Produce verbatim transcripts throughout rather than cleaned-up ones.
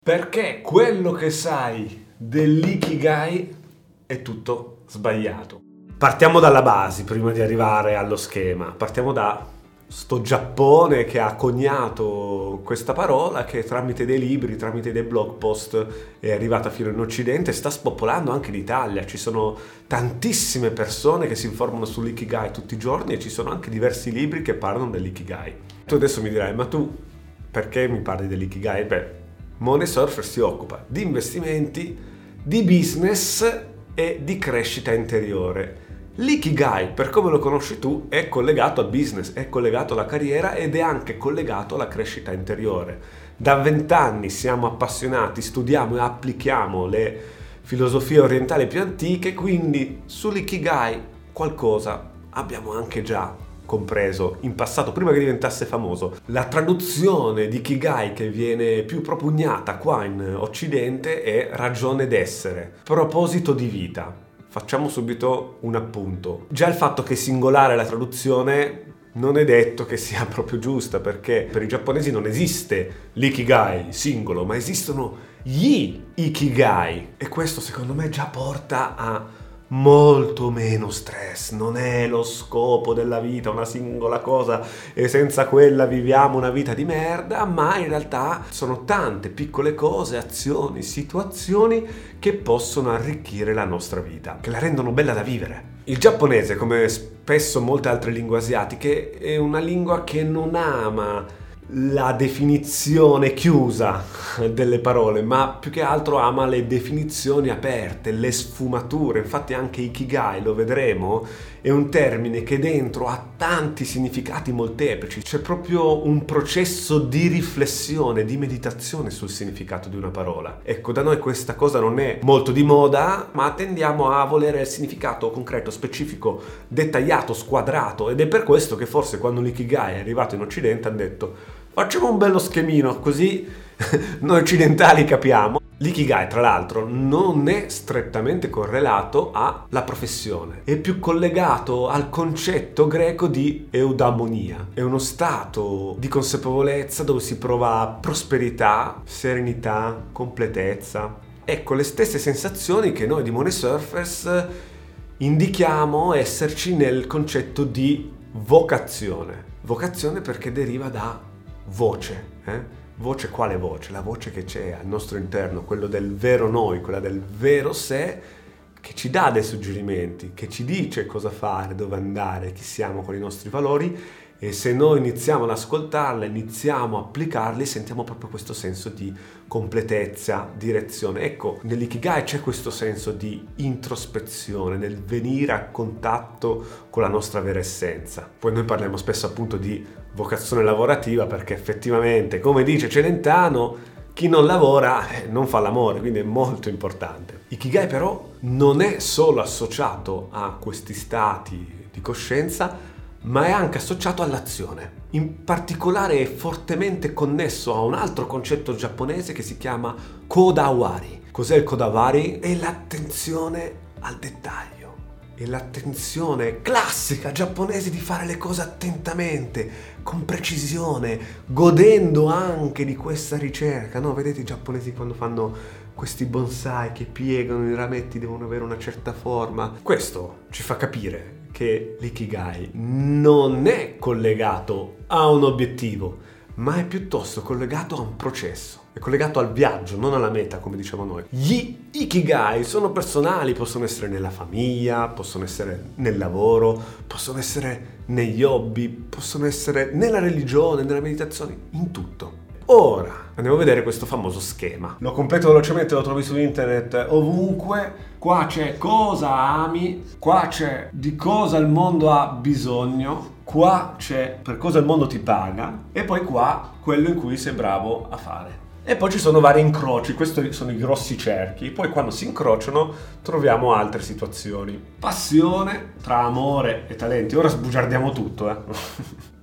Perché quello che sai dell'ikigai è tutto sbagliato. Partiamo dalla base prima di arrivare allo schema. Partiamo da sto Giappone che ha coniato questa parola che tramite dei libri, tramite dei blog post è arrivata fino in Occidente e sta spopolando anche in Italia. Ci sono tantissime persone che si informano sull'ikigai tutti i giorni e ci sono anche diversi libri che parlano dell'ikigai. Tu adesso mi dirai, ma tu perché mi parli dell'ikigai? Beh, Money Surfer si occupa di investimenti, di business e di crescita interiore. L'ikigai, per come lo conosci tu, è collegato al business, è collegato alla carriera ed è anche collegato alla crescita interiore. Da vent'anni siamo appassionati, studiamo e applichiamo le filosofie orientali più antiche, quindi sull'ikigai qualcosa abbiamo anche già compreso in passato, prima che diventasse famoso. La traduzione di ikigai che viene più propugnata qua in Occidente è ragione d'essere, proposito di vita. Facciamo subito un appunto. Già il fatto che è singolare la traduzione non è detto che sia proprio giusta, perché per i giapponesi non esiste l'ikigai singolo, ma esistono gli ikigai. E questo secondo me già porta a molto meno stress. Non è lo scopo della vita una singola cosa e senza quella viviamo una vita di merda, ma in realtà sono tante piccole cose, azioni, situazioni che possono arricchire la nostra vita, che la rendono bella da vivere. Il giapponese, come spesso molte altre lingue asiatiche, è una lingua che non ama la definizione chiusa delle parole, ma più che altro ama le definizioni aperte, le sfumature. Infatti anche ikigai, lo vedremo, è un termine che dentro ha tanti significati molteplici. C'è proprio un processo di riflessione, di meditazione sul significato di una parola. Ecco, da noi questa cosa non è molto di moda, ma tendiamo a volere il significato concreto, specifico, dettagliato, squadrato, ed è per questo che forse quando l'ikigai è arrivato in Occidente hanno detto facciamo un bello schemino, così noi occidentali capiamo. L'ikigai, tra l'altro, non è strettamente correlato alla professione, è più collegato al concetto greco di eudaimonia. È uno stato di consapevolezza dove si prova prosperità, serenità, completezza. Ecco, le stesse sensazioni che noi di Money Surfers indichiamo esserci nel concetto di vocazione. Vocazione perché deriva da voce, eh? Voce quale voce? La voce che c'è al nostro interno, quello del vero noi, quella del vero sé, che ci dà dei suggerimenti, che ci dice cosa fare, dove andare, chi siamo con i nostri valori, e se noi iniziamo ad ascoltarla, iniziamo a applicarli, sentiamo proprio questo senso di completezza, direzione. Ecco, nell'ikigai c'è questo senso di introspezione, nel venire a contatto con la nostra vera essenza. Poi noi parliamo spesso appunto di vocazione lavorativa perché effettivamente, come dice Celentano, chi non lavora eh, non fa l'amore, quindi è molto importante. Ikigai però non è solo associato a questi stati di coscienza, ma è anche associato all'azione. In particolare è fortemente connesso a un altro concetto giapponese che si chiama kodawari. Cos'è il kodawari? È l'attenzione al dettaglio. È l'attenzione classica giapponese di fare le cose attentamente, con precisione, godendo anche di questa ricerca. No, vedete i giapponesi quando fanno questi bonsai che piegano, i rametti devono avere una certa forma. Questo ci fa capire che l'ikigai non è collegato a un obiettivo, ma è piuttosto collegato a un processo. È collegato al viaggio, non alla meta, come diciamo noi. Gli ikigai sono personali, possono essere nella famiglia, possono essere nel lavoro, possono essere negli hobby, possono essere nella religione, nella meditazione, in tutto. Ora andiamo a vedere questo famoso schema. Lo completo velocemente, lo trovi su internet ovunque. Qua c'è cosa ami, qua c'è di cosa il mondo ha bisogno, qua c'è per cosa il mondo ti paga e poi qua quello in cui sei bravo a fare. E poi ci sono vari incroci, questi sono i grossi cerchi, poi quando si incrociano troviamo altre situazioni. Passione tra amore e talenti, ora sbugiardiamo tutto, eh.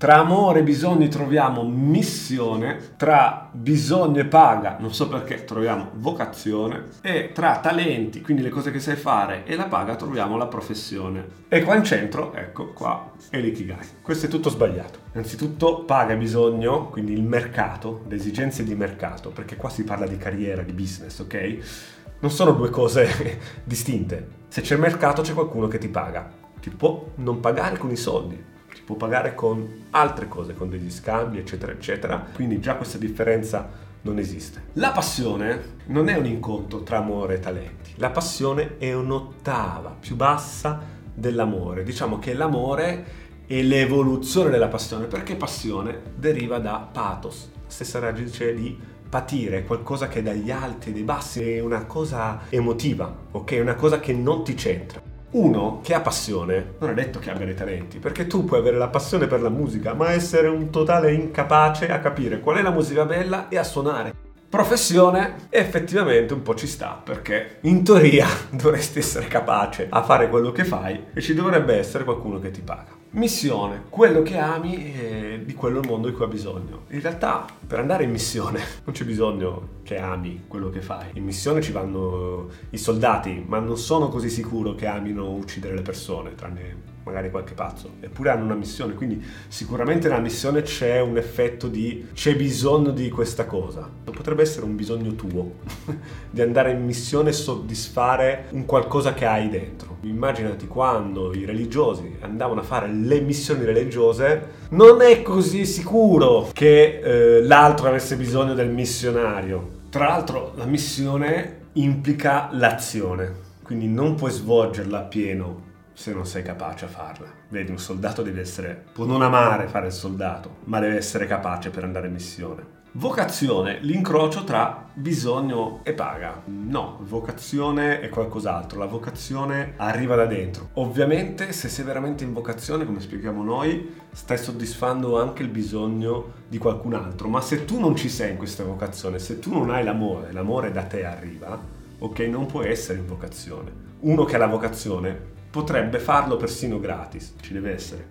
Tra amore e bisogni troviamo missione, tra bisogno e paga, non so perché, troviamo vocazione, e tra talenti, quindi le cose che sai fare, e la paga troviamo la professione. E qua in centro, ecco, qua è l'ikigai. Questo è tutto sbagliato. Innanzitutto paga e bisogno, quindi il mercato, le esigenze di mercato, perché qua si parla di carriera, di business, ok? Non sono due cose distinte. Se c'è mercato c'è qualcuno che ti paga. Ti può non pagare con i soldi, ti può pagare con altre cose, con degli scambi, eccetera, eccetera. Quindi già questa differenza non esiste. La passione non è un incontro tra amore e talenti. La passione è un'ottava più bassa dell'amore. Diciamo che l'amore è l'evoluzione della passione, perché passione deriva da pathos, stessa radice di patire, qualcosa che è dagli alti e dai bassi, è una cosa emotiva, ok? È una cosa che non ti c'entra. Uno che ha passione non è detto che abbia dei talenti, perché tu puoi avere la passione per la musica, ma essere un totale incapace a capire qual è la musica bella e a suonare. Professione effettivamente un po' ci sta, perché in teoria dovresti essere capace a fare quello che fai e ci dovrebbe essere qualcuno che ti paga. Missione, quello che ami e di quello il mondo di cui ha bisogno. In realtà per andare in missione non c'è bisogno che ami quello che fai. In missione ci vanno i soldati, ma non sono così sicuro che amino uccidere le persone, tranne magari qualche pazzo. Eppure hanno una missione, quindi sicuramente nella missione c'è un effetto di c'è bisogno di questa cosa. Potrebbe essere un bisogno tuo di andare in missione e soddisfare un qualcosa che hai dentro. Immaginati quando i religiosi andavano a fare le missioni religiose, non è così sicuro che eh, l'altro avesse bisogno del missionario. Tra l'altro la missione implica l'azione, quindi non puoi svolgerla appieno se non sei capace a farla. Vedi, un soldato deve essere, può non amare fare il soldato, ma deve essere capace per andare in missione. Vocazione, l'incrocio tra bisogno e paga. No, vocazione è qualcos'altro. La vocazione arriva da dentro. Ovviamente, se sei veramente in vocazione, come spieghiamo noi, stai soddisfando anche il bisogno di qualcun altro. Ma se tu non ci sei in questa vocazione, se tu non hai l'amore, l'amore da te arriva, ok, non puoi essere in vocazione. Uno che ha la vocazione potrebbe farlo persino gratis, ci deve essere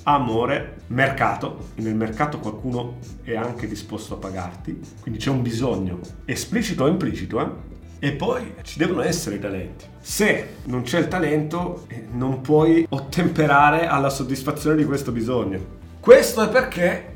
amore, mercato, e nel mercato qualcuno è anche disposto a pagarti, quindi c'è un bisogno esplicito o implicito, eh? E poi ci devono essere i talenti. Se non c'è il talento, non puoi ottemperare alla soddisfazione di questo bisogno. Questo è perché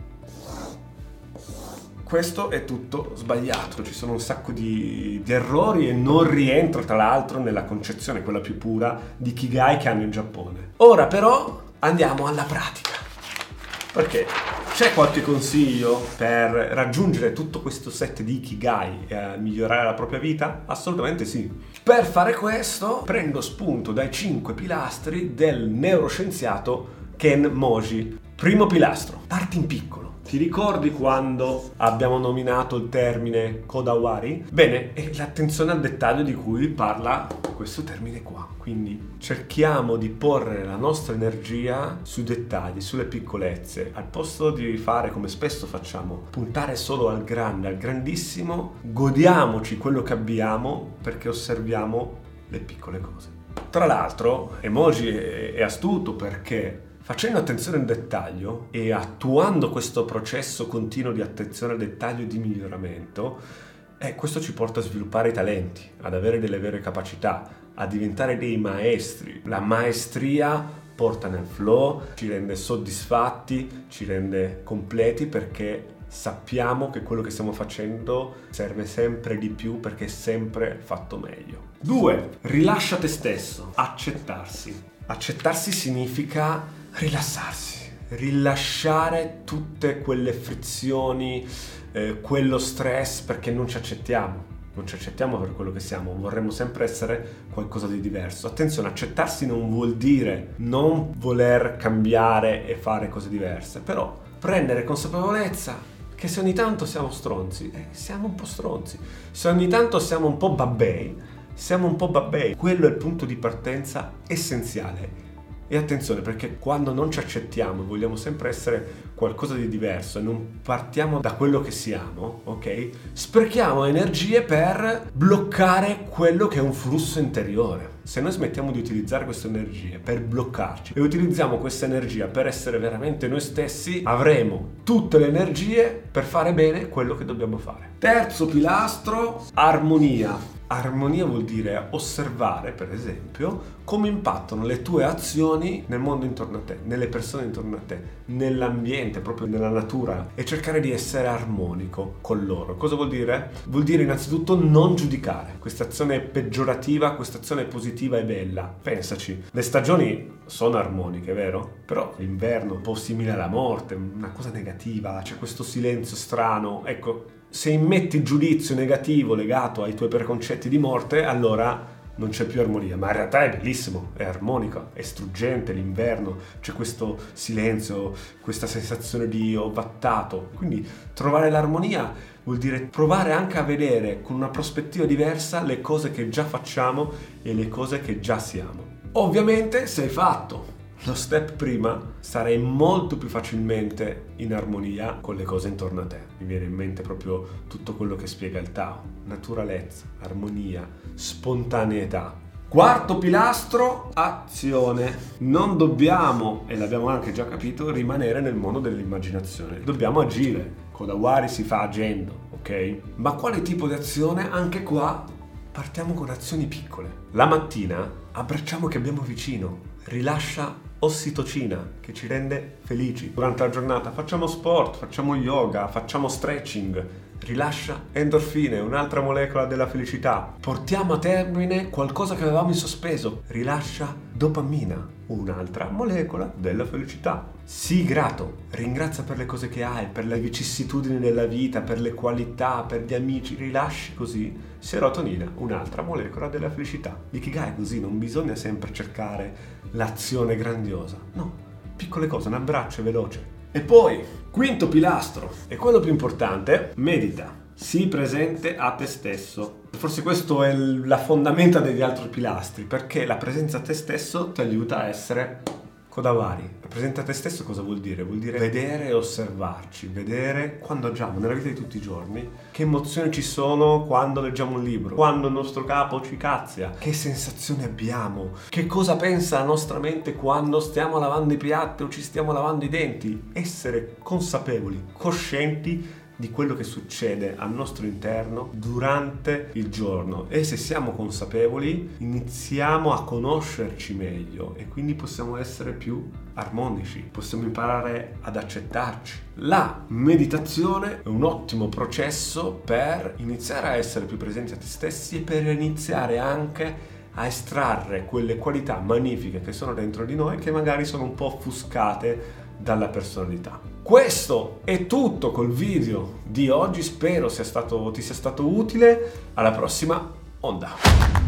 questo è tutto sbagliato, ci sono un sacco di, di errori e non rientra tra l'altro nella concezione, quella più pura, di Ikigai che hanno in Giappone. Ora però andiamo alla pratica, perché c'è qualche consiglio per raggiungere tutto questo set di Ikigai e migliorare la propria vita? Assolutamente sì. Per fare questo prendo spunto dai cinque pilastri del neuroscienziato Ken Moji. Primo pilastro, parti in piccolo. Ti ricordi quando abbiamo nominato il termine Kodawari? Bene, è l'attenzione al dettaglio di cui parla questo termine qua. Quindi cerchiamo di porre la nostra energia sui dettagli, sulle piccolezze. Al posto di fare come spesso facciamo, puntare solo al grande, al grandissimo, godiamoci quello che abbiamo perché osserviamo le piccole cose. Tra l'altro, Emoji è, è astuto perché facendo attenzione al dettaglio e attuando questo processo continuo di attenzione al dettaglio e di miglioramento, eh, questo ci porta a sviluppare i talenti, ad avere delle vere capacità, a diventare dei maestri. La maestria porta nel flow, ci rende soddisfatti, ci rende completi perché sappiamo che quello che stiamo facendo serve sempre di più perché è sempre fatto meglio. Due. Rilascia te stesso, accettarsi. Accettarsi significa rilassarsi, rilasciare tutte quelle frizioni, eh, quello stress perché non ci accettiamo, non ci accettiamo per quello che siamo, vorremmo sempre essere qualcosa di diverso. Attenzione, accettarsi non vuol dire non voler cambiare e fare cose diverse, però prendere consapevolezza che se ogni tanto siamo stronzi, eh, siamo un po' stronzi, se ogni tanto siamo un po' babbei, siamo un po' babbei. Quello è il punto di partenza essenziale. E attenzione, perché quando non ci accettiamo e vogliamo sempre essere qualcosa di diverso e non partiamo da quello che siamo, ok? Sprechiamo energie per bloccare quello che è un flusso interiore. Se noi smettiamo di utilizzare queste energie per bloccarci e utilizziamo questa energia per essere veramente noi stessi, avremo tutte le energie per fare bene quello che dobbiamo fare. Terzo pilastro, armonia. Armonia vuol dire osservare, per esempio, come impattano le tue azioni nel mondo intorno a te, nelle persone intorno a te, nell'ambiente, proprio nella natura, e cercare di essere armonico con loro. Cosa vuol dire? Vuol dire innanzitutto non giudicare. Questa azione è peggiorativa, questa azione è positiva e bella. Pensaci, le stagioni sono armoniche, vero? Però l'inverno è un po' simile alla morte, una cosa negativa, c'è questo silenzio strano. Ecco, se immetti giudizio negativo legato ai tuoi preconcetti di morte, allora non c'è più armonia, ma in realtà è bellissimo, è armonico, è struggente l'inverno, c'è questo silenzio, questa sensazione di ovattato. Quindi trovare l'armonia vuol dire provare anche a vedere con una prospettiva diversa le cose che già facciamo e le cose che già siamo. Ovviamente se hai fatto lo step prima, sarei molto più facilmente in armonia con le cose intorno a te. Mi viene in mente proprio tutto quello che spiega il Tao: naturalezza, armonia, spontaneità. Quarto pilastro, azione. Non dobbiamo, e l'abbiamo anche già capito, rimanere nel mondo dell'immaginazione. Dobbiamo agire. Kodawari si fa agendo, ok? Ma quale tipo di azione? Anche qua partiamo con azioni piccole. La mattina abbracciamo chi abbiamo vicino, rilascia ossitocina che ci rende felici. Durante la giornata facciamo sport, facciamo yoga, facciamo stretching, rilascia endorfine, un'altra molecola della felicità. Portiamo a termine qualcosa che avevamo in sospeso, rilascia dopamina, un'altra molecola della felicità. Sii grato, ringrazia per le cose che hai, per le vicissitudini della vita, per le qualità, per gli amici, rilasci così serotonina, un'altra molecola della felicità. L'ikigai è così, non bisogna sempre cercare l'azione grandiosa, no, piccole cose, un abbraccio veloce. E poi, quinto pilastro, e quello più importante, medita, sii presente a te stesso. Forse questo è la fondamenta degli altri pilastri, perché la presenza a te stesso ti aiuta a essere Kodawari. Presente a te stesso cosa vuol dire? Vuol dire vedere e osservarci, vedere quando agiamo nella vita di tutti i giorni, che emozioni ci sono quando leggiamo un libro, quando il nostro capo ci cazzia, che sensazioni abbiamo, che cosa pensa la nostra mente quando stiamo lavando i piatti o ci stiamo lavando i denti. Essere consapevoli, coscienti di quello che succede al nostro interno durante il giorno, e se siamo consapevoli iniziamo a conoscerci meglio e quindi possiamo essere più armonici, possiamo imparare ad accettarci. La meditazione è un ottimo processo per iniziare a essere più presenti a te stessi e per iniziare anche a estrarre quelle qualità magnifiche che sono dentro di noi, che magari sono un po' offuscate dalla personalità. Questo è tutto col video di oggi, spero sia stato, ti sia stato utile. Alla prossima onda!